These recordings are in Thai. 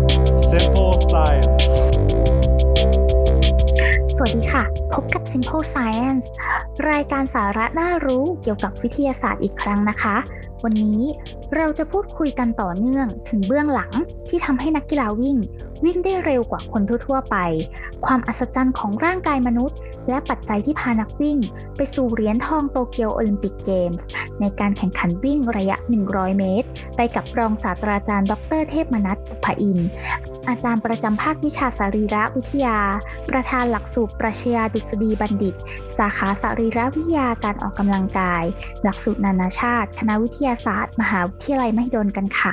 Simple Science สวัสดีค่ะพบกับ Simple Science รายการสาระน่ารู้เกี่ยวกับวิทยาศาสตร์อีกครั้งนะคะวันนี้เราจะพูดคุยกันต่อเนื่องถึงเบื้องหลังที่ทำให้นักกีฬาวิ่งได้เร็วกว่าคนทั่วๆไปความอัศจรรย์ของร่างกายมนุษย์และปัจจัยที่พานักวิ่งไปสู่เหรียญทองโตเกียวโอลิมปิกเกมส์ในการแข่งขันวิ่งระยะ100เมตรไปกับรองศาสตราจารย์ดร.เทพมนัส ปุพพอินทร์อาจารย์ประจำภาควิชาสรีรวิทยาประธานหลักสูตรปรัชญาดุษฎีบัณฑิตสาขาสรีรวิทยาการออกกำลังกายหลักสูตรนานาชาติคณะวิทยาศาสตร์มหาวิทยาลัยมหิดลกันค่ะ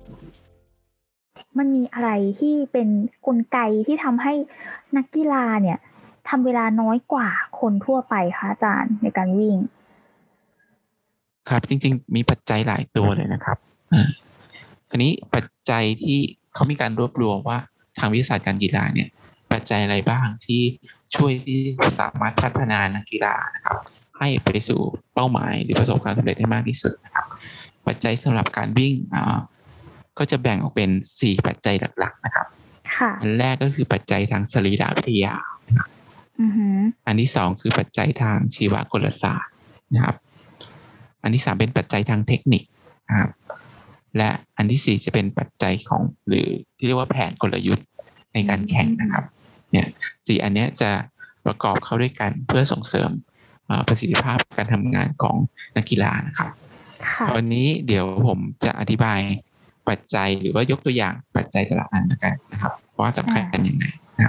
มันมีอะไรที่เป็นกลไกที่ทำให้นักกีฬาเนี่ยทำเวลาน้อยกว่าคนทั่วไปคะอาจารย์ในการวิ่งครับจริงๆมีปัจจัยหลายตัวเลยนะครับคราวนี้ปัจจัยที่เขามีการรวบรวมว่าทางวิทยาศาสตร์การกีฬาเนี่ยปัจจัยอะไรบ้างที่ช่วยที่สามารถพัฒนานักกีฬานะครับให้ไปสู่เป้าหมายหรือประสบความสำเร็จได้มากที่สุดนะครับปัจจัยสำหรับการวิ่งก็จะแบ่งออกเป็น4ปัจจัยหลักๆนะครับอันแรกก็คือปัจจัยทางสรีรวิทยานะครับอันที่2คือปัจจัยทางชีวกลศาสตร์นะครับอันที่3เป็นปัจจัยทางเทคนิคนะครับและอันที่4จะเป็นปัจจัยของหรือที่เรียกว่าแผนกลยุทธ์ในการแข่งนะครับเนี่ย4อันนี้จะประกอบเข้าด้วยกันเพื่อส่งเสริมประสิทธิภาพการทำงานของนักกีฬานะครับวันนี้เดี๋ยวผมจะอธิบายปัจจัยหรือว่ายกตัวอย่างปัจจัยแต่ละอันนะครับว่าสำคัญกันยังไงนะครับ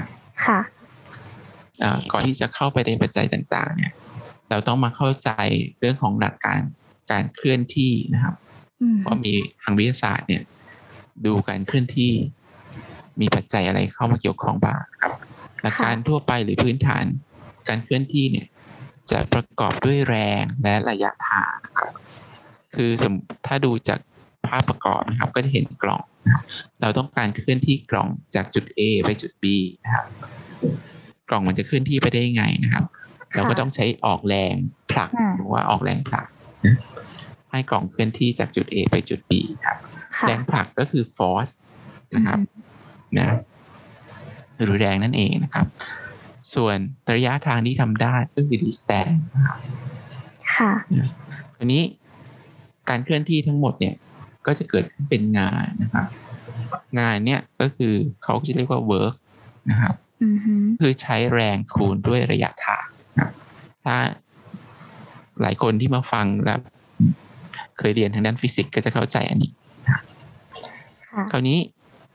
ก่อนที่จะเข้าไปในปัจจัยต่างๆเนี่ยเราต้องมาเข้าใจเรื่องของหลักการเคลื่อนที่นะครับว่ามีทางวิทยาศาสตร์เนี่ยดูการเคลื่อนที่มีปัจจัยอะไรเข้ามาเกี่ยวข้องบ้างครับหลักการทั่วไปหรือพื้นฐานการเคลื่อนที่เนี่ยจะประกอบด้วยแรงและระยะทางนะครับคือถ้าดูจากภาพประกอบนะครับก็จะเห็นกล่องนะครับเราต้องการเคลื่อนที่กล่องจากจุด A ไปจุด B นะครับกล่องมันจะเคลื่อนที่ไปได้ยังไงนะครับเราก็ต้องใช้ออกแรงผลักหรือว่าออกแรงผลักให้กล่องเคลื่อนที่จากจุด A ไปจุด B ครับแรงผลักก็คือ force นะครับนะหรือแรงนั่นเองนะครับส่วนระยะทางที่ทำได้ก็คือ distance นะครับค่ะทีนี้การเคลื่อนที่ทั้งหมดเนี่ยก็จะเกิดขึ้นเป็นงานนะครับงานเนี่ยก็คือเขาจะเรียกว่า work นะครับคือใช้แรงคูณด้วยระยะทางนะถ้าหลายคนที่มาฟังแล้วเคยเรียนทางด้านฟิสิกส์ก็จะเข้าใจอันนี้นะคราวนี้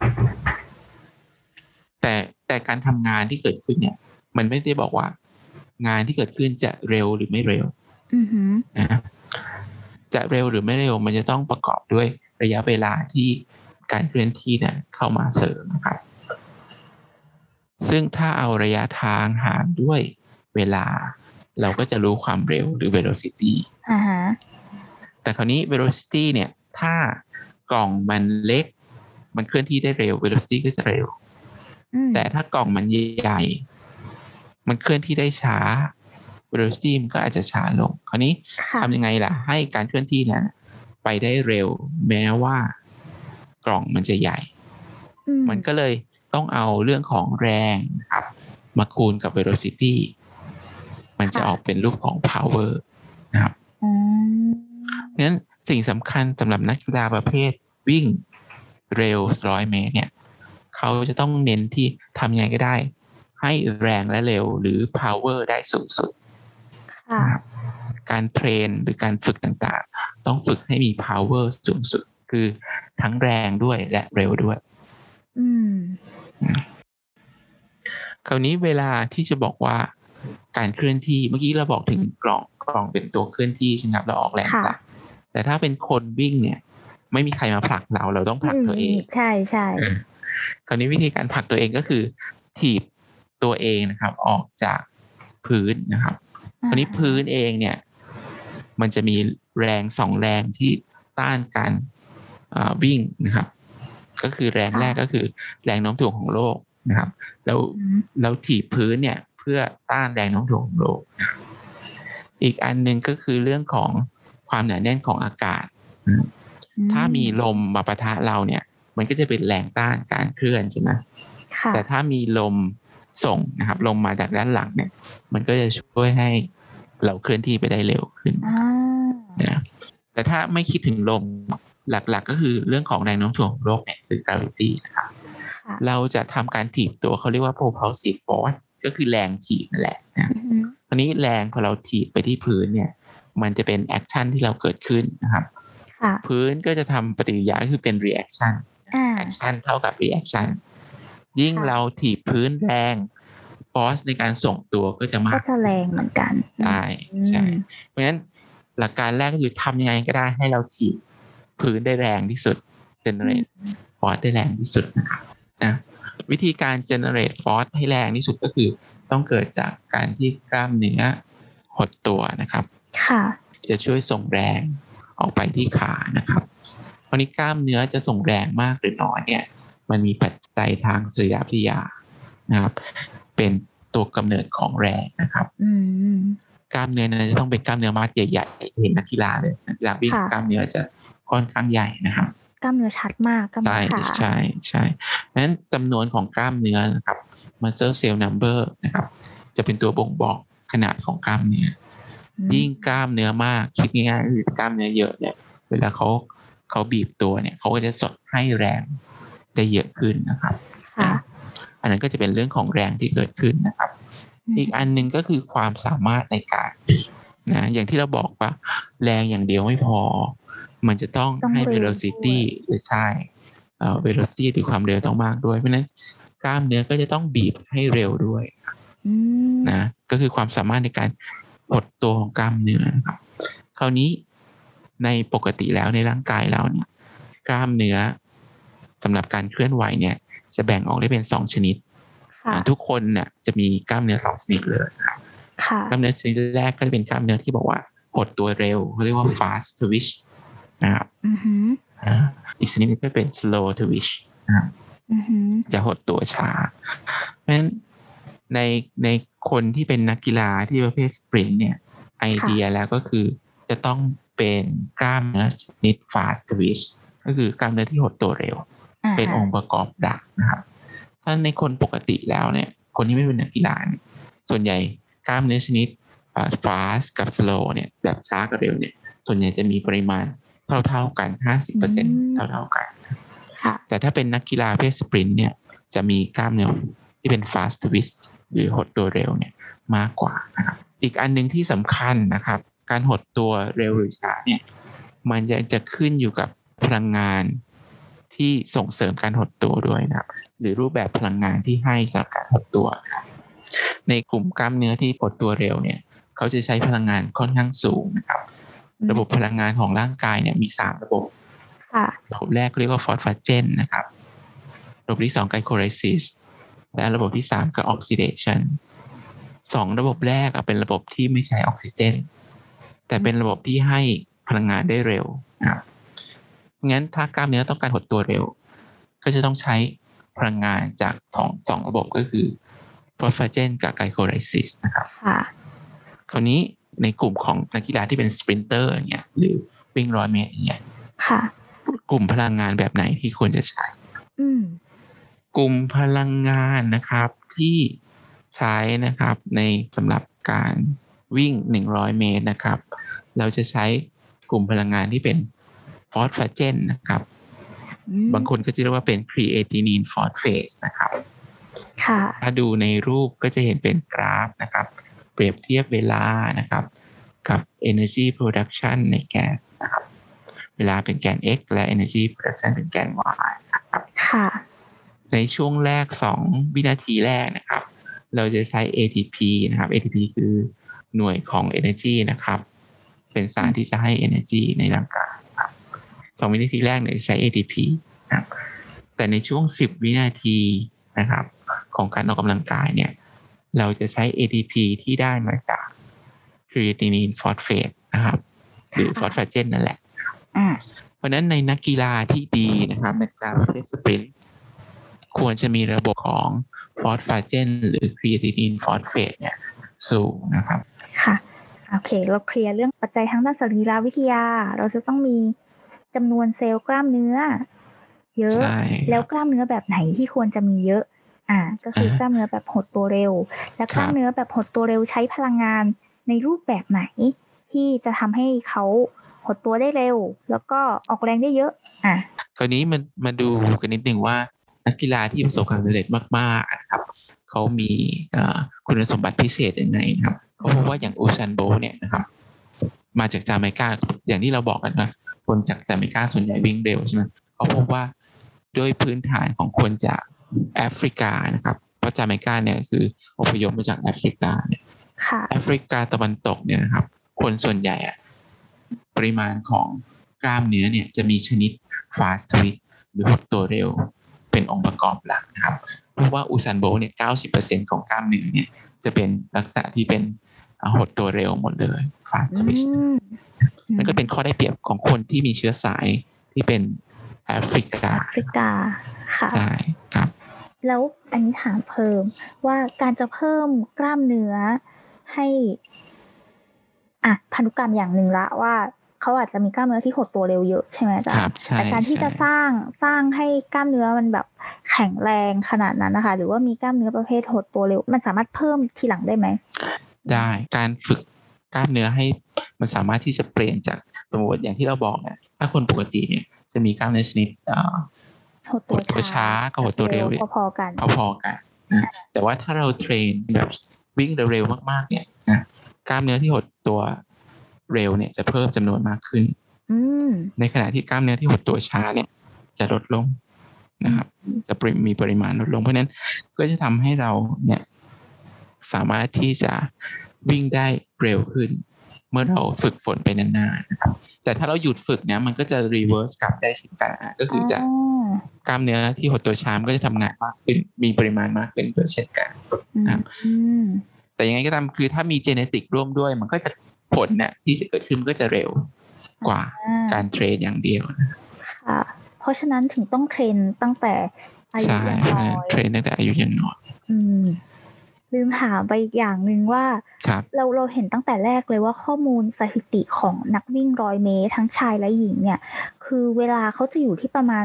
แต่การทำงานที่เกิดขึ้นเนี่ยมันไม่ได้บอกว่างานที่เกิดขึ้นจะเร็วหรือไม่เร็วนะจะเร็วหรือไม่เร็วมันจะต้องประกอบด้วยระยะเวลาที่การเคลื่อนที่เนี่ยเข้ามาเสริมนะครับซึ่งถ้าเอาระยะทางหารด้วยเวลาเราก็จะรู้ความเร็วหรือ velocity แต่คราวนี้ velocity เนี่ยถ้ากล่องมันเล็กมันเคลื่อนที่ได้เร็ว velocity ก็จะเร็วแต่ถ้ากล่องมันใหญ่มันเคลื่อนที่ได้ช้า velocity มันก็อาจจะช้าลงคราวนี้ทำยังไงล่ะให้การเคลื่อนที่นั้นไปได้เร็วแม้ว่ากล่องมันจะใหญ่มันก็เลยต้องเอาเรื่องของแรงนะครับมาคูณกับ velocity มันจะออกเป็นรูปของ power นะครับเพราะฉะนั้นสิ่งสำคัญสำหรับนักกีฬาประเภทวิ่งเร็ว100เมตรเนี่ยเขาจะต้องเน้นที่ทำยังไงก็ได้ให้แรงและเร็วหรือ power ได้สูงสุดการเทรนหรือการฝึกต่างๆต้องฝึกให้มี power สูงสุดคือทั้งแรงด้วยและเร็วด้วยคราวนี้เวลาที่จะบอกว่าการเคลื่อนที่เมื่อกี้เราบอกถึงกล่องเป็นตัวเคลื่อนที่ใช่ไหมครับเราออกแรงผลักแต่ถ้าเป็นคนวิ่งเนี่ยไม่มีใครมาผลักเราต้องผลักตัวเองใช่ใช่คราวนี้วิธีการผลักตัวเองก็คือถีบตัวเองนะครับออกจากพื้นนะครับคราวนี้พื้นเองเนี่ยมันจะมีแรง2แรงที่ต้านการวิ่งนะครับก็คือแรงแรกก็คือแรงโน้มถ่วงของโลกนะครับแล้วถีบพื้นเนี่ยเพื่อต้านแรงโน้มถ่วงของโลกอีกอันนึงก็คือเรื่องของความหนาแน่นของอากาศถ้ามีลมมาปะทะเราเนี่ยมันก็จะเป็นแรงต้านการเคลื่อนใช่ไหมแต่ถ้ามีลมส่งนะครับลมมาจากด้านหลังเนี่ยมันก็จะช่วยให้เราเคลื่อนที่ไปได้เร็วขึ้นนะแต่ถ้าไม่คิดถึงลมหลักๆก็คือเรื่องของแรงโน้มถ่วงของโลกเนี่ยคือ gravity นะครับเราจะทำการถีบตัวเขาเรียกว่า propulsive force ก็คือแรงถีบนั่นแหละนะตอนนี้แรงพอเราถีบไปที่พื้นเนี่ยมันจะเป็นแอคชั่นที่เราเกิดขึ้นนะครับพื้นก็จะทำปฏิกิริยาคือเป็น reaction action เท่ากับ reaction ยิ่งเราถีบพื้นแรงฟอร์สในการส่งตัวก็จะมากก็จะแรงเหมือนกันใช่เพราะฉะนั้นหลักการแรกก็คือทำยังไงก็ได้ให้เราถีบพื้นได้แรงที่สุด generate force ได้แรงที่สุดนะครับนะวิธีการ generate force ให้แรงที่สุดก็คือต้องเกิดจากการที่กล้ามเนื้อหดตัวนะครับจะช่วยส่งแรงออกไปที่ขานะครับคราวนี้กล้ามเนื้อจะส่งแรงมากหรือน้อยเนี่ยมันมีปัจจัยทางสรีรวิทยานะครับเป็นตัวกำเนิดของแรงนะครับกล้ามเนื้อนั้นจะต้องเป็นกล้ามเนื้อมัดใหญ่ๆจะเห็นนักกีฬาเลยนักกีฬาวิ่งกล้ามเนื้อจะค่อนข้างใหญ่นะครับกล้ามเนื้อชัดมากกล้ามเนื้อขาใช่เพราะฉะนั้นจำนวนของกล้ามเนื้อนะครับ muscle cell number นะครับจะเป็นตัวบ่งบอกขนาดของกล้ามเนื้อยิ่งกล้ามเนื้อมากคิดง่ายๆคือกล้ามเนื้อเยอะเนี่ยเวลาเขาบีบตัวเนี่ยเขาก็จะสดให้แรงได้เยอะขึ้นนะครับอันนั้นก็จะเป็นเรื่องของแรงที่เกิดขึ้นนะครับอีกอันนึงก็คือความสามารถในการนะอย่างที่เราบอกว่าแรงอย่างเดียวไม่พอมันจะต้องให้ velocity หรือใช่velocity หรือความเร็วต้องมากด้วยเพราะฉะนั้นกล้ามเนื้อก็จะต้องบีบให้เร็วด้วยนะก็คือความสามารถในการหดตัวของกล้ามเนื้อนะครับคราวนี้ในปกติแล้วในร่างกายเราเนี่ยกล้ามเนื้อสำหรับการเคลื่อนไหวเนี่ยจะแบ่งออกได้เป็น2ชนิดทุกคนเนี่ยจะมีกล้ามเนื้อ2ชนิดเลยครับกล้ามเนื้อชนิดแรกก็จะเป็นกล้ามเนื้อที่บอกว่าหดตัวเร็วเขาเรียกว่า fast twitch นะครับอีกชนิดนึงก็เป็น slow twitch นะครับจะหดตัวช้าเพราะฉะนั้นในคนที่เป็นนักกีฬาที่ประเภทสปรินต์เนี่ยไอเดียแล้วก็คือจะต้องเป็นกล้ามเนื้อชนิด fast twitch ก็คือกล้ามเนื้อที่หดตัวเร็วเป็นองค์ประกอบหลักนะครับถ้าในคนปกติแล้วเนี่ยคนที่ไม่เป็นนักกีฬาเนี่ยส่วนใหญ่กล้ามเนื้อชนิด fast กับ slow เนี่ยแบบช้ากับเร็วเนี่ยส่วนใหญ่จะมีปริมาณเท่ากัน 50% เท่ากันแต่ถ้าเป็นนักกีฬาเพศสปรินต์เนี่ยจะมีกล้ามเนื้อที่เป็น fast twitch หรือหดตัวเร็วเนี่ยมากกว่านะครับอีกอันนึงที่สำคัญนะครับการหดตัวเร็วหรือช้าเนี่ยมันจะขึ้นอยู่กับพลังงานที่ส่งเสริมการหดตัวด้วยนะครับหรือรูปแบบพลังงานที่ให้สำหรับการหดตัวนะครับในกลุ่มกล้ามเนื้อที่หดตัวเร็วเนี่ยเขาจะใช้พลังงานค่อนข้างสูงนะครับระบบพลังงานของร่างกายเนี่ยมี3ระบบระบบแรกเรียกว่าฟอสฟาเจนนะครับระบบที่2ไกลโคไลซิสและระบบที่3ก็ออกซิเดชัน2ระบบแรกเป็นระบบที่ไม่ใช้ออกซิเจนแต่เป็นระบบที่ให้พลังงานได้เร็วนะครับงั้นถ้ากล้ามเนื้อต้องการหดตัวเร็วก็จะต้องใช้พลังงานจากสองระบบก็คือฟอสฟาเจนกับไกลโคไลซิสนะครับคราวนี้ในกลุ่มของนักกีฬาที่เป็นสปรินเตอร์เนี่ยหรือวิ่ง100 เมตรอย่างเงี้ยกลุ่มพลังงานแบบไหนที่ควรจะใช้กลุ่มพลังงานนะครับที่ใช้นะครับในสำหรับการวิ่ง100 เมตรนะครับเราจะใช้กลุ่มพลังงานที่เป็นฟอสฟาเจนนะครับบางคนก็จะเรียกว่าเป็นครีเอตินินฟอสเฟตนะครับถ้าดูในรูปก็จะเห็นเป็นกราฟนะครับเปรียบเทียบเวลานะครับกับ energy production ในแกนนะครับเวลาเป็นแกน x และ energy production เป็นแกน y นะครับในช่วงแรก2 วินาทีแรกนะครับเราจะใช้ ATP นะครับ ATP คือหน่วยของ energy นะครับเป็นสารที่จะให้ energy ในร่างกายครับ2 วินาทีแรกเนี่ยใช้ ATP นะครับแต่ในช่วง10 วินาทีนะครับของการออกกำลังกายเนี่ยเราจะใช้ ATP ที่ได้มาจากครีเอตินินฟอสเฟตนะครับหรือฟอสฟาเจนนั่นแหละเพราะฉะนั้นในนักกีฬาที่ดีนะครับนักกีฬาประเภทสปรินต์ควรจะมีระบบของฟอสฟาเจนหรือครีเอตินินฟอสเฟตเนี่ยสูงนะครับค่ะโอเคเราเคลียร์เรื่องปัจจัยทางด้านสรีรวิทยาเราจะต้องมีจำนวนเซลล์กล้ามเนื้อเยอะแล้วกล้ามเนื้อแบบไหนที่ควรจะมีเยอะก็คือกล้ามเนื้อแบบหดตัวเร็วและกล้ามเนื้อแบบหดตัวเร็วใช้พลังงานในรูปแบบไหนที่จะทำให้เขาหดตัวได้เร็วแล้วก็ออกแรงได้เยอะคราวนี้มันมาดูกันนิดนึงว่านักกีฬาที่ประสบความสำเร็จมากๆนะครับเขามีคุณสมบัติพิเศษยังไงครับเขาพบว่าอย่างอูซันโบเนี่ยนะครับมาจากจาเมกาอย่างที่เราบอกกันนะคนจากจาเมกาส่วนใหญ่วิ่งเร็วใช่ไหมเขาพบว่าโดยพื้นฐานของคนจากแอฟริกานะครับเพราะจาเมกาเนี่ยคืออพยพมาจากแอฟริกาเนี่ยแอฟริกาตะวันตกเนี่ยนะครับคนส่วนใหญ่ปริมาณของกล้ามเนื้อเนี่ยจะมีชนิด fast twitch หรือหดตัวเร็วเป็นองค์ประกอบหลักนะครับเพราะว่าอูซันโบเนี่ย 90% ของกล้ามเนื้อเนี่ยจะเป็นลักษณะที่เป็นหดตัวเร็วหมดเลย fast twitch มันก็เป็นข้อได้เปรียบของคนที่มีเชื้อสายที่เป็นแอฟริกาค่ะใช่ครับแล้วอันนี้ถามเพิ่มว่าการจะเพิ่มกล้ามเนื้อให้พันธุกรรมอย่างหนึ่งละว่าเขาอาจจะมีกล้ามเนื้อที่หดตัวเร็วเยอะใช่ไหมจ๊ะแต่การที่จะสร้างให้กล้ามเนื้อมันแบบแข็งแรงขนาดนั้นนะคะหรือว่ามีกล้ามเนื้อประเภทหดตัวเร็วมันสามารถเพิ่มทีหลังได้ไหมได้การฝึกกล้ามเนื้อให้มันสามารถที่จะเปลี่ยนจากสมมติอย่างที่เราบอกเนี่ยถ้าคนปกติเนี่ยจะมีกล้ามเนื้อชนิดหดตัวช้ากับหดตัวเร็วพอๆกันนะแต่ว่าถ้าเราเทรนแบบวิ่งเร็วๆมากๆเนี่ยนะกล้ามเนื้อที่หดตัวเร็วเนี่ยจะเพิ่มจำนวนมากขึ้นในขณะที่กล้ามเนื้อที่หดตัวช้าเนี่ยจะลดลงนะครับจะมีปริมาณลดลงเพราะนั้นก็จะทำให้เราเนี่ยสามารถที่จะวิ่งได้เร็วขึ้นเมื่อเราฝึกฝนไปนานๆนะครับแต่ถ้าเราหยุดฝึกเนี่ยมันก็จะรีเวิร์สกลับได้เช่นกันก็คือจะกล้ามเนื้อที่หดตัวช้าก็จะทำงานมากขึ้นมีปริมาณมากขึ้นด้วยเช่นกันนะครับแต่ยังไงก็ตามคือถ้ามีเจเนติกร่วมด้วยมันก็จะผลเนี่ยที่จะเกิดขึ้นก็จะเร็วกว่าการเทรนอย่างเดียวค่ะเพราะฉะนั้นถึงต้องเทรนตั้งแต่อายุยังน้อยเทรนตั้งแต่อายุยังน้อยลืมถามไปอีกอย่างนึงว่าเราเห็นตั้งแต่แรกเลยว่าข้อมูลสถิติของนักวิ่ง100 เมตรทั้งชายและหญิงเนี่ยคือเวลาเขาจะอยู่ที่ประมาณ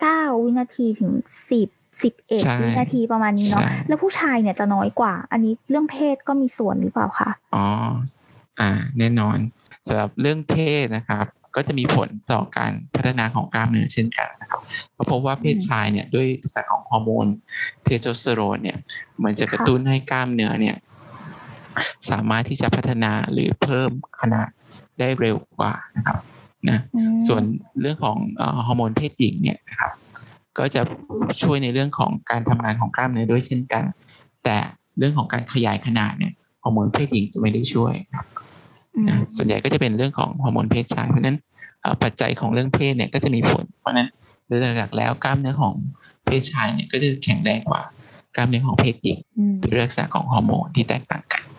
9 วินาทีถึง11 วินาทีประมาณนี้เนาะแล้วผู้ชายเนี่ยจะน้อยกว่าอันนี้เรื่องเพศก็มีส่วนหรือเปล่าคะแน่นอนสำหรับเรื่องเพศนะครับก็จะมีผลต่อการพัฒนาของกล้ามเนื้อเช่นกันนะครับเพราะว่าเพศชายเนี่ยด้วยสารของฮอร์โมนเทสโทสเตอโรนเนี่ยมันจะกระตุ้นให้กล้ามเนื้อเนี่ยสามารถที่จะพัฒนาหรือเพิ่มขนาดได้เร็วกว่านะครับนะส่วนเรื่องของฮอร์โมนเพศหญิงเนี่ยนะครับก็จะช่วยในเรื่องของการทำงานของกล้ามเนื้อด้วยเช่นกันแต่เรื่องของการขยายขนาดเนี่ยฮอร์โมนเพศหญิงจะไม่ได้ช่วยครับส่วนใหญ่ก็จะเป็นเรื่องของฮอร์โมนเพศชายเพราะนั้นปัจจัยของเรื่องเพศเนี่ยก็จะมีผลเพราะนั้นโดยหลักแล้วกล้ามเนื้อของเพศชายเนี่ยก็จะแข็งแรงกว่ากล้ามเนื้อของเพศหญิงโดยลักษณะของฮอร์โมนที่แตกต่างกัน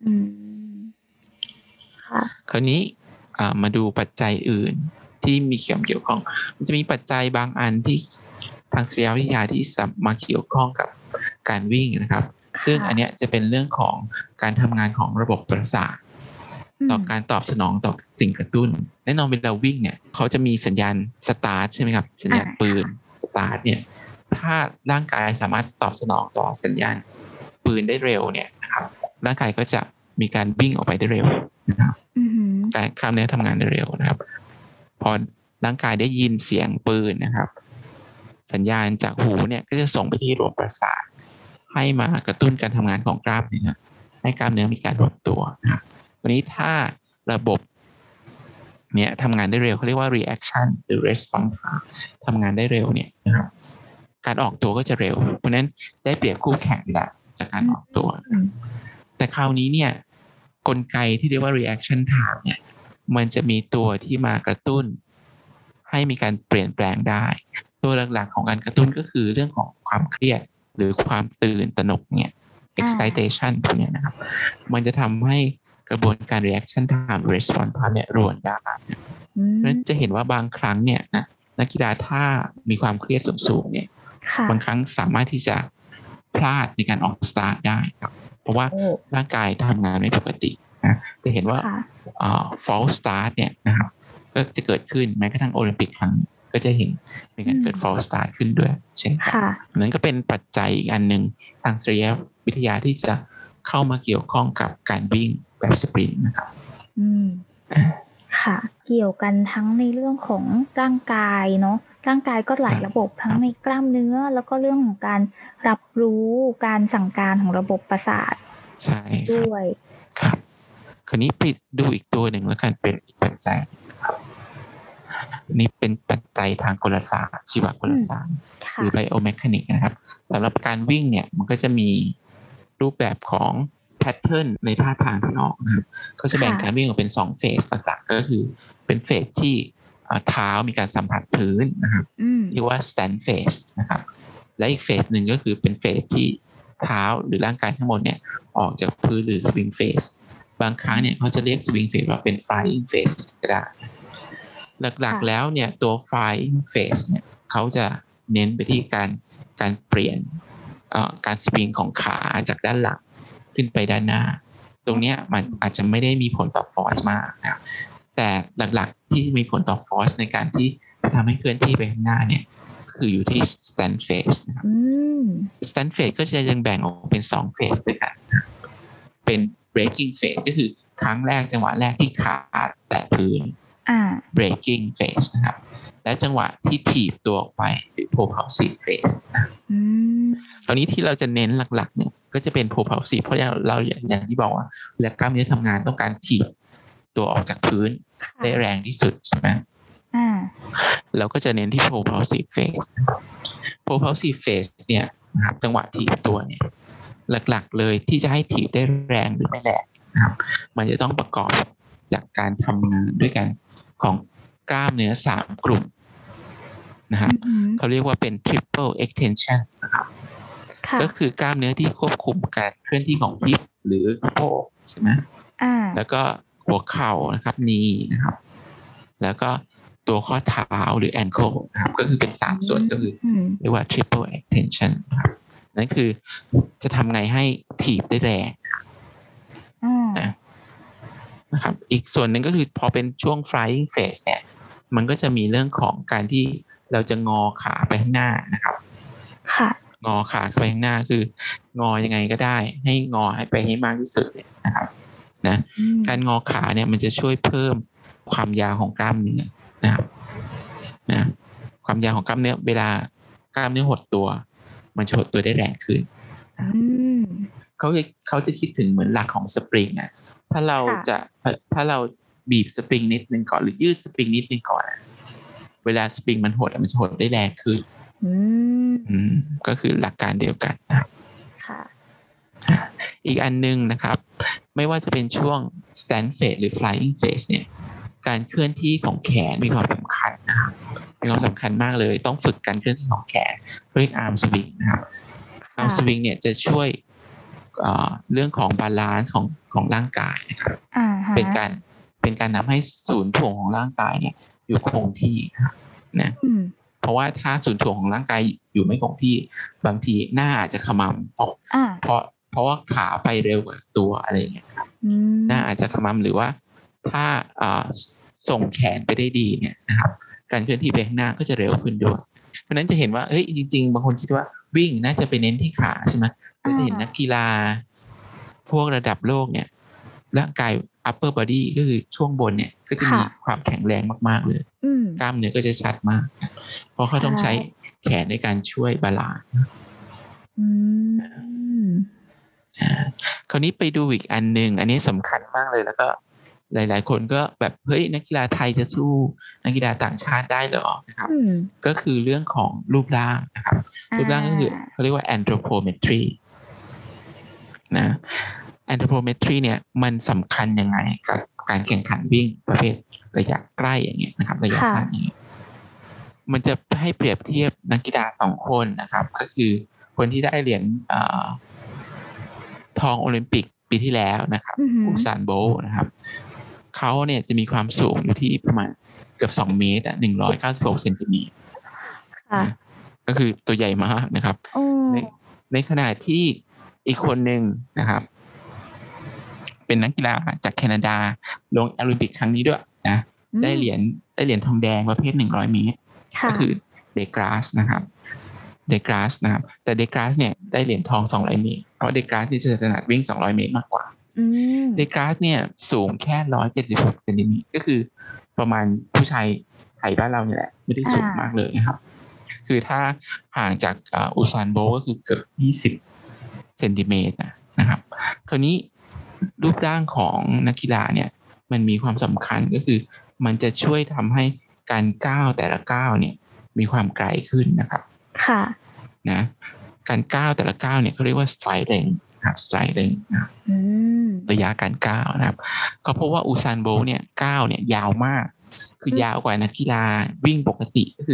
คราวนี้มาดูปัจจัยอื่นที่มีเกี่ยวข้องมันจะมีปัจจัยบางอันที่ทางสรีรวิทยาที่มาเกี่ยวข้องกับการวิ่งนะครับซึ่งอันเนี้ยจะเป็นเรื่องของการทำงานของระบบประสาทต่อการตอบสนองต่อสิ่งกระตุ้นแน่นอนเวลาวิ่งเนี่ยเขาจะมีสัญญาณสตาร์ทใช่ไหมครับสัญญาณปืนสตาร์ทเนี่ยถ้าร่างกายสามารถตอบสนองต่อสัญญาณปืนได้เร็วเนี่ยนะครับร่างกายก็จะมีการวิ่งออกไปได้เร็วนะครับการกล้ามเนื้อทำงานได้เร็วนะครับพอร่างกายได้ยินเสียงปืนนะครับสัญญาณจากหูเนี่ยก็จะส่งไปที่ระบบประสาทให้มากระตุ้นการทำงานของกล้ามเนื้อให้กล้ามเนื้อมีการหดตัวนะครับวันนี้ถ้าระบบเนี่ยทำงานได้เร็วเขาเรียกว่า reaction หรือ response ทำงานได้เร็วเนี่ยนะครับการออกตัวก็จะเร็วเพราะนั้นได้เปรียบคู่แข่งได้จากการออกตัวแต่คราวนี้เนี่ยกลไกที่เรียกว่า reaction time เนี่ยมันจะมีตัวที่มากระตุ้นให้มีการเปลี่ยนแปลงได้ตัวหลักๆของการกระตุ้นก็คือเรื่องของความเครียดหรือความตื่นตระหนกเนี่ย excitation พวกนี้นะครับมันจะทำให้กระบวนการ reaction time response time เนี่ยรวนได้เพราะฉะนั้นจะเห็นว่าบางครั้งเนี่ยนะนักกีฬาถ้ามีความเครียดสูงๆเนี่ยบางครั้งสามารถที่จะพลาดในการออกสตาร์ทได้ครับเพราะว่าร่างกายทำงานไม่ปกตินะจะเห็นว่าfalse start เนี่ยนะครับก็จะเกิดขึ้นแม้กระทั่งโอลิมปิกครั้งก็จะเห็นมีการเกิด false start ขึ้นด้วยเช่นกันนั้นก็เป็นปัจจัยอีกอันหนึ่งทางสรีรวิทยาที่จะเข้ามาเกี่ยวข้องกับการวิ่งแบบสปรินต์นะครับค่ะเกี่ยวกันทั้งในเรื่องของร่างกายเนาะร่างกายก็หลายระบบทั้งในกล้ามเนื้อแล้วก็เรื่องของการรับรู้การสั่งการของระบบประสาทใช่ด้วยครับคราวนี้ไปดูอีกตัวหนึ่งแล้วกันเป็นอีกปัจจัยนี่เป็นปัจจัยทางกลศาสตร์ชีวกลศาสตร์หรือไบโอแมคานิกนะครับสำหรับการวิ่งเนี่ยมันก็จะมีรูปแบบของแพทเทิร์นในท่าทางที่ออกนะครับเขาจะแบ่งการวิ่งออกเป็น2เฟสหลักๆก็คือเป็นเฟสที่เท้ามีการสัมผัสพื้นนะครับเรียกว่า stand phase นะครับและอีกเฟสหนึ่งก็คือเป็นเฟสที่เท้าหรือร่างกายทั้งหมดเนี่ยออกจากพื้นหรือ swing phase บางครั้งเนี่ยเขาจะเรียก swing phase ว่าเป็น flying phase ก็ได้หลักๆแล้วเนี่ยตัว flying phase เนี่ยเขาจะเน้นไปที่การเปลี่ยนการสวิงของขาจากด้านหลังขึ้นไปด้านหน้าตรงนี้มันอาจจะไม่ได้มีผลต่อฟอร์สมากนะแต่หลักๆที่มีผลต่อฟอร์สในการที่ทำให้เคลื่อนที่ไปข้างหน้าเนี่ยคืออยู่ที่ stand phase นะครับ stand phase ก็จะยังแบ่งออกเป็น2 phase ด้วยกันเป็น breaking phase ก็คือครั้งแรกจังหวะแรกที่ขาแตะพื้นbreaking phase นะครับและจังหวะที่ถีบตัวออกไปหรือ propulsive phase นะตอนนี้ที่เราจะเน้นหลักๆเนี่ยก็จะเป็น propulsive เพราะเราอย่างที่บอกว่าเวลากล้ามเนื้อทำงานต้องการถีบตัวออกจากพื้นได้แรงที่สุดใช่ไหมเราก็จะเน้นที่ propulsive phase propulsive phase เนี่ยนะครับจังหวะถีบตัวเนี่ยหลักๆเลยที่จะให้ถีบได้แรงหรือไม่แรงนะครับมันจะต้องประกอบจากการทำงานด้วยกันของกล้ามเนื้อ3กลุ่มนะครับเขาเรียกว่าเป็น triple extension นะครับก็คือกล้ามเนื้อที่ควบคุมการเคลื่อนที่ของฮิปหรือสะโพกใช่ไหมแล้วก็หัวเข่านะครับkneeนะครับแล้วก็ตัวข้อเท้าหรือ ankle นะครับก็คือเป็น3ส่วนก็คือเรียกว่า triple extension ครับนั่นคือจะทำไงให้ถีบได้แรงนะครับอีกส่วนหนึ่งก็คือพอเป็นช่วง flying phase เนี่ยมันก็จะมีเรื่องของการที่เราจะงอขาไปข้างหน้านะครับงอขาไปข้างหน้าคืองอยังไงก็ได้ให้งอให้ไปให้มากที่สุดนะครับนะการงอขาเนี่ยมันจะช่วยเพิ่มความยาวของกล้ามเนื้อนะครับนะความยาวของกล้ามเนื้อเวลากล้ามเนื้อหดตัวมันจะหดตัวได้แรงขึ้นเขาจะคิดถึงเหมือนหลักของสปริงอ่ะถ้าเราบีบสปริงนิดนึงก่อนหรือยืดสปริงนิดนึงก่อนเวลาสปริงมันหดมันจะหดได้แรงขึ้นก็คือหลักการเดียวกันนะครับอีกอันนึงนะครับไม่ว่าจะเป็นช่วง stand phase หรือ flying phase เนี่ยการเคลื่อนที่ของแขนมีความสำคัญนะครับมีความสำคัญมากเลยต้องฝึกการเคลื่อนที่ของแขนเรียก arm swing นะครับ arm swing เนี่ยจะช่วยเรื่องของบาลานซ์ของร่างกายนะครับเป็นการทำให้ศูนย์ถ่วงของร่างกายเนี่ยอยู่คงที่นะเพราะว่าถ้าศูนย์ถ่วงของร่างกายอยู่ไม่คงที่บางทีหน้าอาจจะขมำเพราะว่าขาไปเร็วกว่าตัวอะไรอย่างเงี้ยหน้าอาจจะขมำหรือว่าถ้าส่งแขนไปได้ดีเนี่ยนะครับการเคลื่อนที่ไปข้างหน้าก็จะเร็วขึ้นด้วยเพราะนั้นจะเห็นว่าเฮ้ยจริงๆบางคนคิดว่าวิ่งน่าจะไปเน้นที่ขาใช่ไหมก็จะเห็นนักกีฬาพวกระดับโลกเนี่ยร่างกาย upper body ก็คือช่วงบนเนี่ยก็จะมีความแข็งแรงมากๆเลยกล้ามเนื้อก็จะชัดมากเพราะเขาต้องใช้แขนในการช่วยบาลานซ์คราวนี้ไปดูอีกอันนึงอันนี้สำคัญมากเลยแล้วก็หลายๆคนก็แบบเฮ้ยนักกีฬาไทยจะสู้นักกีฬาต่างชาติได้เหรอนะครับก็คือเรื่องของรูปร่างนะครับรูปร่างก็คือเขาเรียกว่า anthropometry นะ anthropometry เนี่ยมันสำคัญยังไงกับการแข่งขันวิ่งประเภทระยะใกล้อย่างเงี้ยนะครับระยะสั้นอย่างเงี้ยมันจะให้เปรียบเทียบนักกีฬา2คนนะครับก็คือคนที่ได้เหรียญทองโอลิมปิกปีที่แล้วนะครับอุซานโบลต์นะครับเขาเนี่ยจะมีความสูงอยู่ที่ประมาณเกือบ2 เมตร196 เซนติเมตรก็คือตัวใหญ่มากนะครับในขณะที่อีกคนหนึ่งนะครับเป็นนักกีฬาจากแคนาดาลงโอลิมปิกครั้งนี้ด้วยนะได้เหรียญทองแดงประเภท100 เมตรก็คือเดกราสนะครับเดกราสนะครับแต่เดกราสเนี่ยได้เหรียญทอง200 เมตรเพราะเดกราสที่จะถนัดวิ่ง200 เมตรมากกว่าเดกราสเนี่ยสูงแค่176 เซนติเมตรก็คือประมาณผู้ชายไทยบ้านเราเนี่ยแหละไม่ได้สูงมากเลยนะครับคือถ้าห่างจากอุซานโบก็คือเกือบ20 เซนติเมตรนะครับคราวนี้รูปร่างของนักกีฬาเนี่ยมันมีความสำคัญก็คือมันจะช่วยทำให้การก้าวแต่ละก้าวเนี่ยมีความไกลขึ้นนะครับค่ะนะการก้าวแต่ละก้าวเนี่ยเขาเรียกว่า stride length ครับ stride length นะครับระยะการก้าวนะครับก็เพราะว่าอุซานโบล์เนี่ยก้าวเนี่ยยาวมากคือยาวกว่านักกีฬาวิ่งปกติก็คือ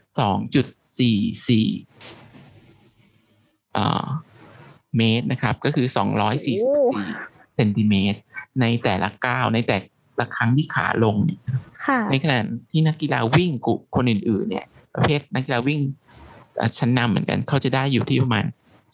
2.44 เมตรนะครับก็คือ244 เซนติเมตรในแต่ละก้าวในแต่ละครั้งที่ขาลงเนี่ยในขณะที่นักกีฬาวิ่งคนอื่นๆเนี่ยประเภทนักกีฬาวิ่งชั้นนำเหมือนกันเขาจะได้อยู่ที่ประมาณ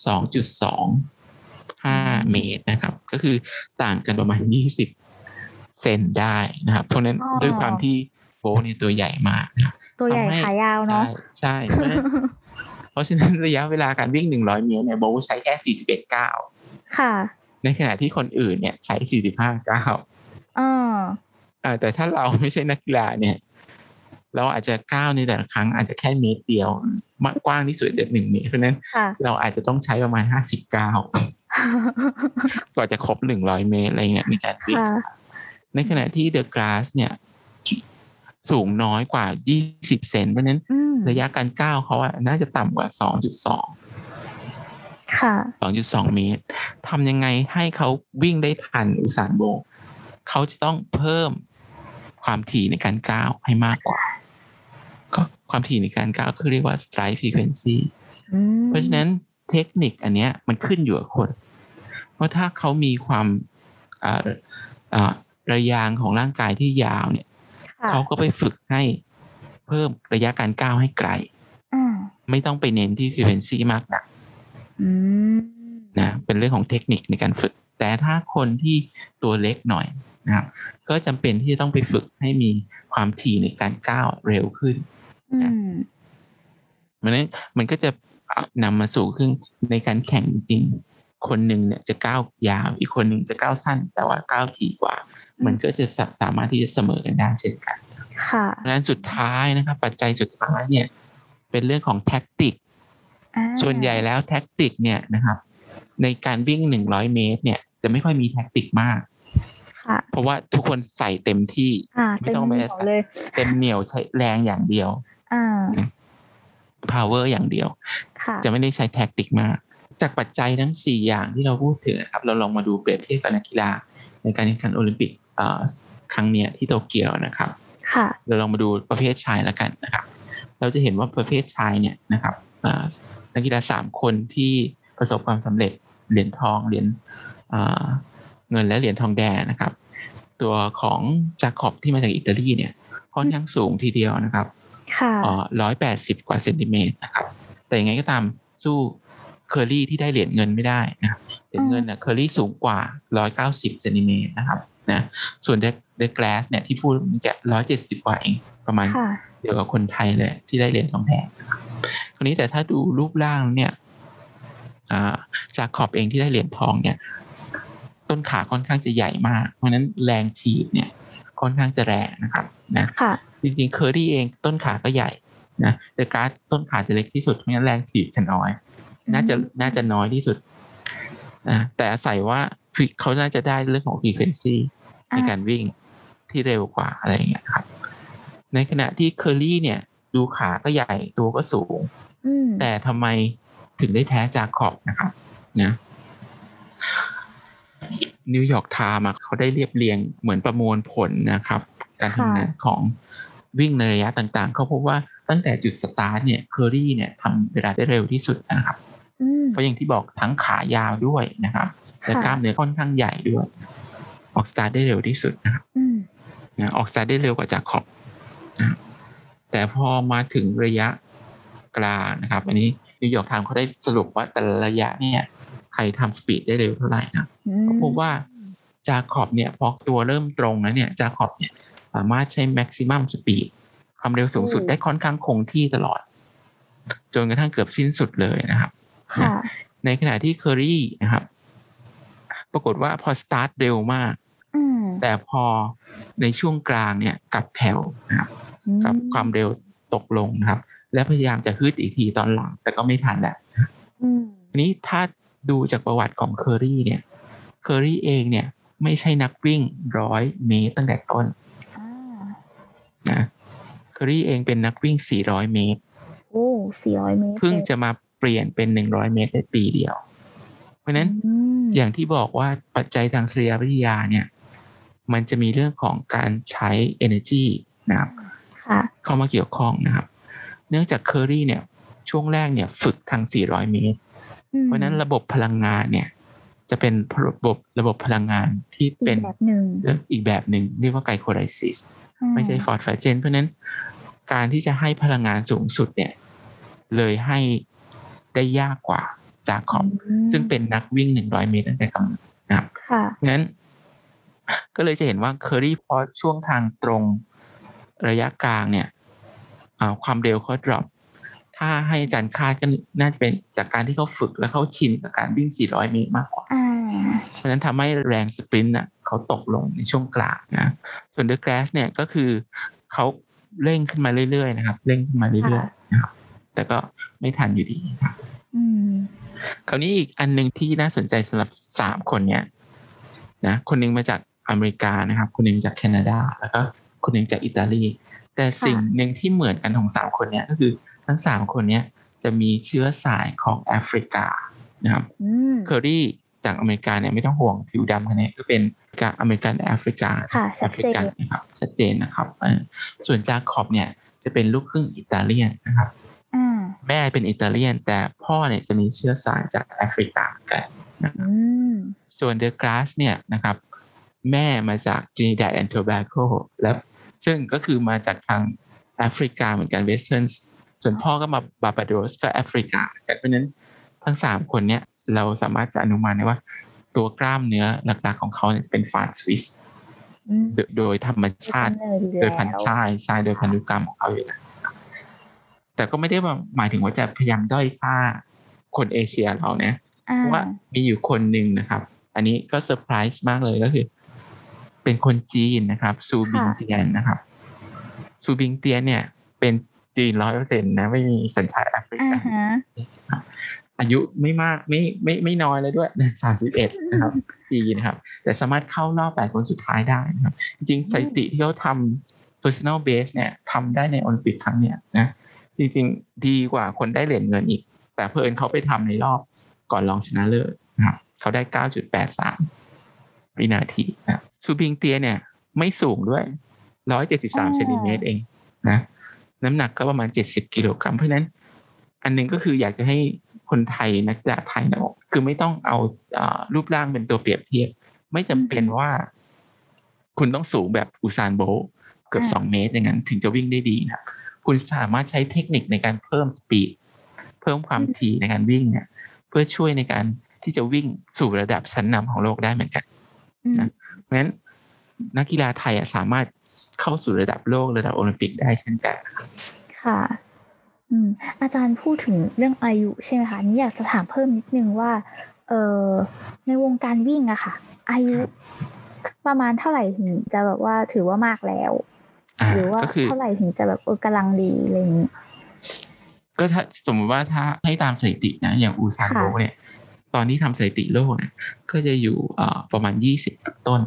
2.25 เมตรนะครับก็คือต่างกันประมาณ20 เซนได้นะครับเพราะนั้นด้วยความที่โบเนี่ยตัวใหญ่มากนะตัวใหญ่ขายาวเนาะใช่เพราะฉะนั้นระยะเวลาการวิ่ง100 เมตรเนี่ยโบใช้แค่41 ก้าวค่ะในขณะที่คนอื่นเนี่ยใช้45 ก้าวแต่ถ้าเราไม่ใช่นักกีฬาเนี่ยเราอาจจะก้าวในแต่ละครั้งอาจจะแค่เมตรเดียวกว้างที่สุดจะ1 เมตรเพราะนั้นเราอาจจะต้องใช้ประมาณ50 ก้าวกว่าจะครบ100 เมตรอะไรเงี้ยในการวิ่งในขณะที่เดอะกราสเนี่ยสูงน้อยกว่า20 เซนเพราะนั้นระยะการก้าวเขาน่าจะต่ำกว่า 2.2 ค่ะ 2.2 เมตรทำยังไงให้เขาวิ่งได้ทันอุซานโบล์เขาจะต้องเพิ่มความถี่ในการก้าวให้มากกว่าก็ความถี่ในการก้าวคือเรียกว่า stride frequency เพราะฉะนั้นเทคนิคอันเนี้ยมันขึ้นอยู่กับคนเพราะถ้าเขามีความระยางของร่างกายที่ยาวเนี่ยเขาก็ไปฝึกให้เพิ่มระยะการก้าวให้ไกลไม่ต้องไปเน้นที่ frequency มากนักนะเป็นเรื่องของเทคนิคในการฝึกแต่ถ้าคนที่ตัวเล็กหน่อยนะครับก็จำเป็นที่จะต้องไปฝึกให้มีความถี่ในการก้าวเร็วขึ้นนะมันก็จะนำมาสู่ขึ้นในการแข่งจริงๆคนหนึ่งเนี่ยจะก้าวยาวอีกคนหนึ่งจะก้าวสั้นแต่ว่าก้าวถี่กว่ามันก็จะสามารถที่จะเสมอกันได้เช่นกันเพราะฉะนั้นสุดท้ายนะครับปัจจัยสุดท้ายเนี่ยเป็นเรื่องของแท็กติกส่วนใหญ่แล้วแท็กติกเนี่ยนะครับในการวิ่ง100 เมตรเนี่ยจะไม่ค่อยมีแท็กติกมากเพราะว่าทุกคนใส่เต็มที่ไม่ต้องไปใส่เต็มเหนี่ยวใช้แรงอย่างเดียวpower อย่างเดียวจะไม่ได้ใช้แท็กติกมากจากปัจจัยทั้ง4อย่างที่เราพูดถึงนะครับเราลองมาดูเปรียบเทียบกับนักกีฬาในการแข่งขันโอลิมปิกครั้งนี้ที่โตเกียวนะครับเราลองมาดูประเภทชายแล้วกันนะครับเราจะเห็นว่าประเภทชายเนี่ยนะครับนักกีฬา3 คนที่ประสบความสำเร็จเหรียญทองเหรียญเงินและเหรียญทองแดงนะครับตัวของจาคอบที่มาจากอิตาลีเนี่ยค่อนข้างสูงทีเดียวนะครับ180 กว่าเซนติเมตรนะครับแต่ยังไงก็ตามสู้เคอรี่ที่ได้เหรียญเงินไม่ได้นะครับเหรียญเงินเคอรี่สูงกว่า190 เซนติเมตรนะครับนะส่วนเดอะแกรสเนี่ยที่พูดมันจะ170 กว่าเองประมาณเดียวกับคนไทยเลยที่ได้เหรียญทองแดงคราวนี้แต่ถ้าดูรูปร่างเนี่ยจาคอบเองที่ได้เหรียญทองเนี่ยต้นขาค่อนข้างจะใหญ่มากเพราะนั้นแรงถีบเนี่ยค่อนข้างจะแรงนะครับนะจริงๆเคอรี่เองต้นขาก็ใหญ่นะแต่การ์ดต้นขาจะเล็กที่สุดเพราะงั้นแรงถีบจะน้อยน่าจะน้อยที่สุดนะแต่อาศัยว่าเขาน่าจะได้เรื่องของ frequency ในการวิ่งที่เร็วกว่าอะไรอย่างเงี้ยครับในขณะที่เคอรี่เนี่ยดูขาก็ใหญ่ตัวก็สูงแต่ทำไมถึงได้แพ้จาคอบนะครับนะนิวยอร์กไทม์เขาได้เรียบเรียงเหมือนประมวลผลนะครับการทำงานของวิ่งในระยะต่างๆเขาพบว่าตั้งแต่จุดสตาร์ทเนี่ยเคอรี่เนี่ยทำเวลาได้เร็วที่สุดนะครับเพราะอย่างที่บอกทั้งขายาวด้วยนะครับและกล้ามเนื้อค่อนข้างใหญ่ด้วยออกสตาร์ทได้เร็วที่สุดนะครับออกสตาร์ทได้เร็วกว่าจาคอบนะแต่พอมาถึงระยะกลางนะครับอันนี้นิวยอร์กไทม์เขาได้สรุปว่าแต่ละระยะเนี่ยใครทำสปีดได้เร็วเท่าไหร่นะก็พบว่าจาคอบเนี่ยพอตัวเริ่มตรงแล้วเนี่ยจาคอบเนี่ยสามารถใช้ maximum speed ความเร็วสูงสุดได้ค่อนข้างคงที่ตลอดจนกระทั่งเกือบสิ้นสุดเลยนะครับในขณะที่เคอรี่นะครับปรากฏว่าพอสตาร์ทเร็วมากแต่พอในช่วงกลางเนี่ยกลับแผ่วนะครับกับความเร็วตกลงนะครับและพยายามจะฮึดอีกทีตอนหลังแต่ก็ไม่ทันแล้วทีนี้ถ้าดูจากประวัติของเคอรี่เนี่ยเคอรี่เองเนี่ยไม่ใช่นักวิ่ง100 เมตรตั้งแต่ต้นนะเคอรี่เองเป็นนักวิ่ง400 เมตรโอ้400 เมตรเพิ่งจะมาเปลี่ยนเป็น100 เมตรในปีเดียวเพราะนั้นอย่างที่บอกว่าปัจจัยทางสรีรวิทยาเนี่ยมันจะมีเรื่องของการใช้ energy นะครับเข้ามาเกี่ยวข้องนะครับเนื่องจากเคอรี่เนี่ยช่วงแรกเนี่ยฝึกทาง400 เมตรเพราะนั้นระบบพลังงานเนี่ยจะเป็นระบบพลังงานที่เป็นอีกแบบหนึ่งเรียกว่าไกลโคไลซิสไม่ใช่ฟอสฟาเจนเพราะนั้นการที่จะให้พลังงานสูงสุดเนี่ยเลยให้ได้ยากกว่าจาคอบซึ่งเป็นนักวิ่ง100 เมตรตั้งแต่กำเนิดนะครับงั้นก็เลยจะเห็นว่าเคอรี่พอช่วงทางตรงระยะกลางเนี่ยความเร็วเขาดรอปถ้าให้อาจารย์คาดก็น่าจะเป็นจากการที่เขาฝึกและเขาชินกับการวิ่ง400 เมตรมากกว่าเพราะฉะนั้นทำให้แรงสปรินต์เขาตกลงในช่วงกลางนะส่วนเดอะแกรสเนี่ยก็คือเขาเร่งขึ้นมาเรื่อยๆนะครับเร่งขึ้นมาเรื่อยๆนะครับแต่ก็ไม่ทันอยู่ดีครับคราวนี้อีกอันนึงที่น่าสนใจสำหรับ3 คนเนี่ยนะคนนึงมาจากอเมริกานะครับคนนึงจากแคนาดาแล้วก็คนนึงจากอิตาลีแต่สิ่งหนึ่งที่เหมือนกันของ3 คนเนี่ยก็คือทั้ง3 คนเนี่ยจะมีเชื้อสายของแอฟริกานะครับเคอรี่จากอเมริกาเนี่ยไม่ต้องห่วงผิวดำคนนี้ก็เป็นอเมริกันแอฟริกานะครับชัดเจนนะครับส่วนจาคอบเนี่ยจะเป็นลูกครึ่งอิตาเลียนนะครับแม่เป็นอิตาเลียนแต่พ่อเนี่ยจะมีเชื้อสายจากแอฟริกากันนะครับส่วนเดอะกราสเนี่ยนะครับแม่มาจากทรินิดัดแอนด์โทแบโกและซึ่งก็คือมาจากทางแอฟริกาเหมือนกันเวสเทิร์นส่วนพ่อก็มาบาบาโดสก็แอฟริกาเพราะฉะนั้นทั้ง3 คนเนี่ยเราสามารถจะอนุมานได้ว่าตัวกล้ามเนื้อหลักๆของเขาเนี่ยจะเป็นฟาสสวิสโดยธรรมชาติโดยพันธุ์ชายโดยพันธุกรรมของเขาอยู่แล้วแต่ก็ไม่ได้หมายถึงว่าจะพยายามด้อยค่าคนเอเชียเราเนี่ยเพราะว่ามีอยู่คนหนึ่งนะครับอันนี้ก็เซอร์ไพรส์มากเลยก็คือเป็นคนจีนนะครับซูบิงเตียนนะครับซูบิงเตียนเนี่ยเป็นจีน 100% นะไม่มีสัญชาติแอฟริกาอายุไม่มากไม่น้อยเลยด้วย31นะครับปีนะครับแต่สามารถเข้ารอบ8 คนสุดท้ายได้นะครับจริงๆสถิติที่เขาทำ personal best เนี่ยทำได้ในโอลิมปิกครั้งเนี้ยนะจริงๆดีกว่าคนได้เหรียญเงินอีกแต่เพิ่นเขาไปทำในรอบก่อนรองชนะเลิศนะครับเขาได้ 9.83 วินาทีนะซูบิงเตียเนี่ยไม่สูงด้วย173 เซนติเมตรเองนะน้ำหนักก็ประมาณ70 กิโลกรัมเพราะนั้นอันนึงก็คืออยากจะให้คนไทยนักกีฬาไทยนะคือไม่ต้องเอารูปร่างเป็นตัวเปรียบเทียบไม่จำเป็นว่าคุณต้องสูงแบบอุซานโบลต์เกือบ2 เมตรอย่างนั้นถึงจะวิ่งได้ดีนะคุณสามารถใช้เทคนิคในการเพิ่มสปีดเพิ่มความถี่ในการวิ่งเนี่ยเพื่อช่วยในการที่จะวิ่งสู่ระดับชั้นนำของโลกได้เหมือนกันนะเพราะฉะนั้นนักกีฬาไทยสามารถเข้าสู่ระดับโลกระดับโอลิมปิกได้เช่นกันค่ะอาจารย์พูดถึงเรื่องอายุใช่ไหมคะนี่อยากจะถามเพิ่มนิดนึงว่าในวงการวิ่งอะค่ะอายุประมาณเท่าไหร่ถึงจะแบบว่าถือว่ามากแล้วหรือว่าเท่าไหร่ถึงจะแบบกำลังดีอะไรอย่างนี้ก็ถ้าสมมติว่าถ้าให้ตามสถิตินะอย่างอูซานโบเนี่ยตอนที่ทำสถิติโลกเนี่ยก็จะอยู่ประมาณ20 ต้น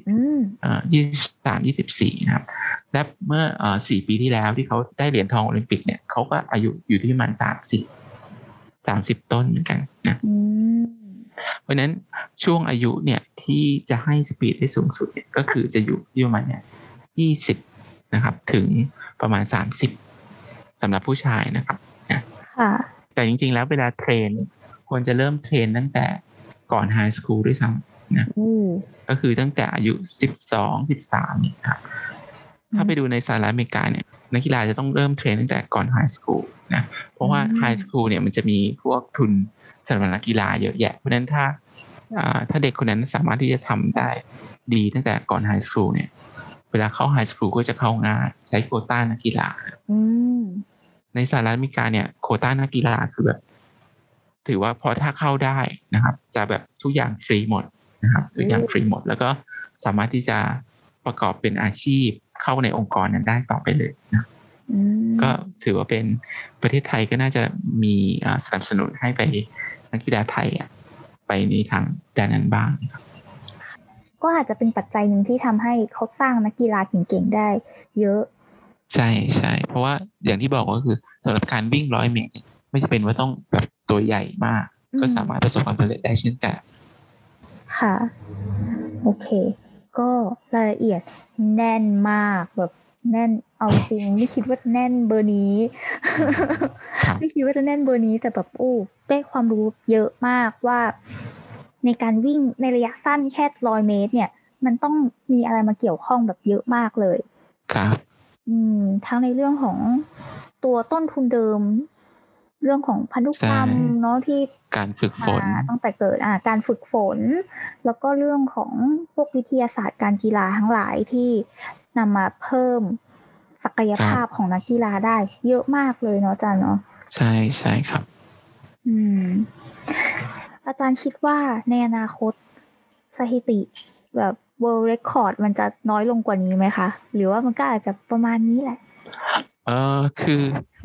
23 24นะครับและเมื่อ4 ปีที่แล้วที่เขาได้เหรียญทองโอลิมปิกเนี่ยเขาก็อายุอยู่ที่ประมาณ30 ต้นเหมือนกันนะเพราะนั้นช่วงอายุเนี่ยที่จะให้สปีดได้สูงสุดเนี่ยก็คือจะอยู่ที่ประมาณเนี่ย20นะครับถึงประมาณ30สำหรับผู้ชายนะครับแต่จริงๆแล้วเวลาเทรนควรจะเริ่มเทรนตั้งแต่ก่อนไฮสคูลด้วยซ้ำนะก็คือตั้งแต่อายุ12-13นี่ครับถ้าไปดูในสหรัฐอเมริกาเนี่ยนักกีฬาจะต้องเริ่มเทรนตั้งแต่ก่อนไฮสคูลนะเพราะว่าไฮสคูลเนี่ยมันจะมีพวกทุนสำหรับนักกีฬาเยอะแยะเพราะฉะนั้นถ้าเด็กคนนั้นสามารถที่จะทำได้ดีตั้งแต่ก่อนไฮสคูลเนี่ยเวลาเข้าไฮสคูลก็จะเข้าง่ายใช้โควต้านักกีฬาในสหรัฐอเมริกาเนี่ยโควต้านักกีฬาคือแบบถือว่าพอถ้าเข้าได้นะครับจะแบบทุกอย่างฟรีหมดนะครับทุกอย่างฟรีหมดแล้วก็สามารถที่จะประกอบเป็นอาชีพเข้าในองค์กรนั้นได้ต่อไปเลยนะก็ถือว่าเป็นประเทศไทยก็น่าจะมีสนับสนุนให้ไปนักกีฬาไทยไปในทางด้านนั้นบ้างนะครับก็อาจจะเป็นปัจจัยหนึ่งที่ทำให้เขาสร้างนักกีฬาเก่งๆได้เยอะใช่ใช่เพราะว่าอย่างที่บอกก็คือสำหรับการวิ่ง100 เมตรไม่จำเป็นว่าต้องแบบตัวใหญ่มากก็สามารถประสบความสำเร็จได้เช่นกันค่ะโอเคก็รายละเอียดแน่นมากแบบแน่นเอาจริงไม่คิดว่าจะแน่นเบอร์นี้ ไม่คิดว่าจะแน่นเบอร์นี้แต่แบบได้ความรู้เยอะมากว่าในการวิ่งในระยะสั้นแค่100 เมตรเนี่ยมันต้องมีอะไรมาเกี่ยวข้องแบบเยอะมากเลยครับทั้งในเรื่องของตัวต้นทุนเดิมเรื่องของพันธุกรรมเนาะที่การฝึกฝนตั้งแต่เกิดการฝึกฝนแล้วก็เรื่องของพวกวิทยาศาสตร์การกีฬาทั้งหลายที่นำมาเพิ่มศักยภาพของนักกีฬาได้เยอะมากเลยเนาะอาจารย์เนาะใช่ใช่ครับอาจารย์คิดว่าในอนาคตสถิติแบบ World Record มันจะน้อยลงกว่านี้ไหมคะหรือว่ามันก็อาจจะประมาณนี้แหละคือ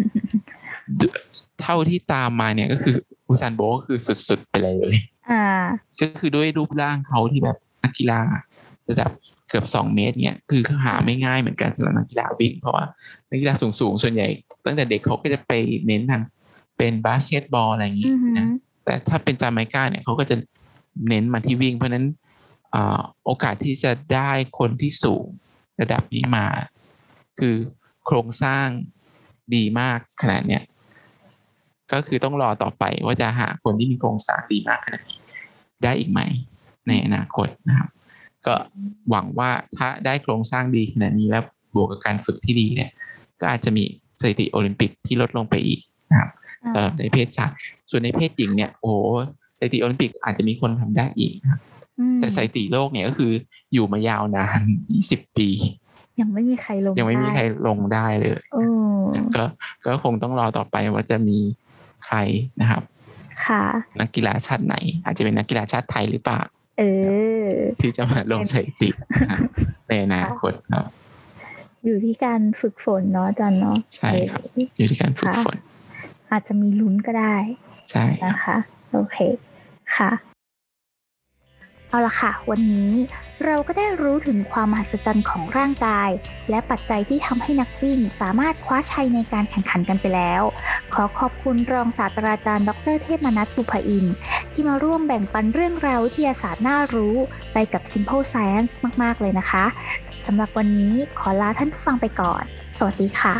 เท่าที่ตามมาเนี่ยก็คืออุซานโบก็คือสุดๆไปเลยก็คือด้วยรูปร่างเขาที่แบบนักกีฬาระดับเกือบ2 เมตรเนี่ยคือหาไม่ง่ายเหมือนกันสำหรับนักกีฬาวิ่งเพราะว่านักกีฬาสูงส่วนใหญ่ตั้งแต่เด็กเขาก็จะไปเน้นทางเป็นบาสเกตบอลอะไรอย่างนี้นะแต่ถ้าเป็นจาไมกาเนี่ยเขาก็จะเน้นมาที่วิ่งเพราะนั้นโอกาสที่จะได้คนที่สูงระดับนี้มาคือโครงสร้างดีมากขนาดเนี้ยก็คือต้องรอต่อไปว่าจะหาคนที่มีโครงสร้างดีมากขนาดนี้ได้อีกไหมในอนาคตนะครับก็หวังว่าถ้าได้โครงสร้างดีขนาดนี้แล้วบวกกับการฝึกที่ดีเนี่ยก็อาจจะมีสถิติโอลิมปิกที่ลดลงไปอีกนะครับในเพศชายส่วนในเพศหญิงเนี่ยสถิติโอลิมปิกอาจจะมีคนทำได้อีกนะครับแต่สถิติโลกเนี่ยก็คืออยู่มายาวนาน20 ปียังไม่มีใครลงได้เลยก็คงต้องรอต่อไปว่าจะมีใครนะครับค่ะนักกีฬาชาติไหนอาจจะเป็นนักกีฬาชาติไทยหรือเปล่าที่จะมาลงสถิติในอนาคตครับอยู่ที่การฝึกฝนเนาะอาจารย์เนาะใช่ครับอยู่ที่การฝึกฝนอาจจะมีลุ้นก็ได้ใช่นะคะโอเคค่ะเอาล่ะค่ะวันนี้เราก็ได้รู้ถึงความมหัศจรรย์ของร่างกายและปัจจัยที่ทำให้นักวิ่งสามารถคว้าชัยในการแข่งขันกันไปแล้วขอขอบคุณรองศาสตราจารย์ดร.เทพมนัส บุพอินทร์ที่มาร่วมแบ่งปันเรื่องราววิทยาศาสตร์น่ารู้ไปกับ Simple Science มากๆเลยนะคะสำหรับวันนี้ขอลาท่านผู้ฟังไปก่อนสวัสดีค่ะ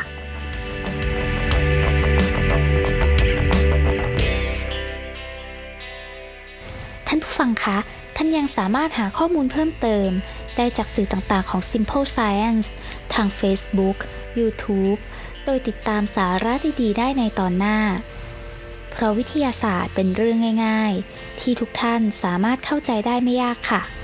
ท่านผู้ฟังคะท่านยังสามารถหาข้อมูลเพิ่มเติมได้จากสื่อต่างๆของ Simple Science ทาง Facebook, YouTube โดยติดตามสาระดีๆได้ในตอนหน้าเพราะวิทยาศาสตร์เป็นเรื่องง่ายๆที่ทุกท่านสามารถเข้าใจได้ไม่ยากค่ะ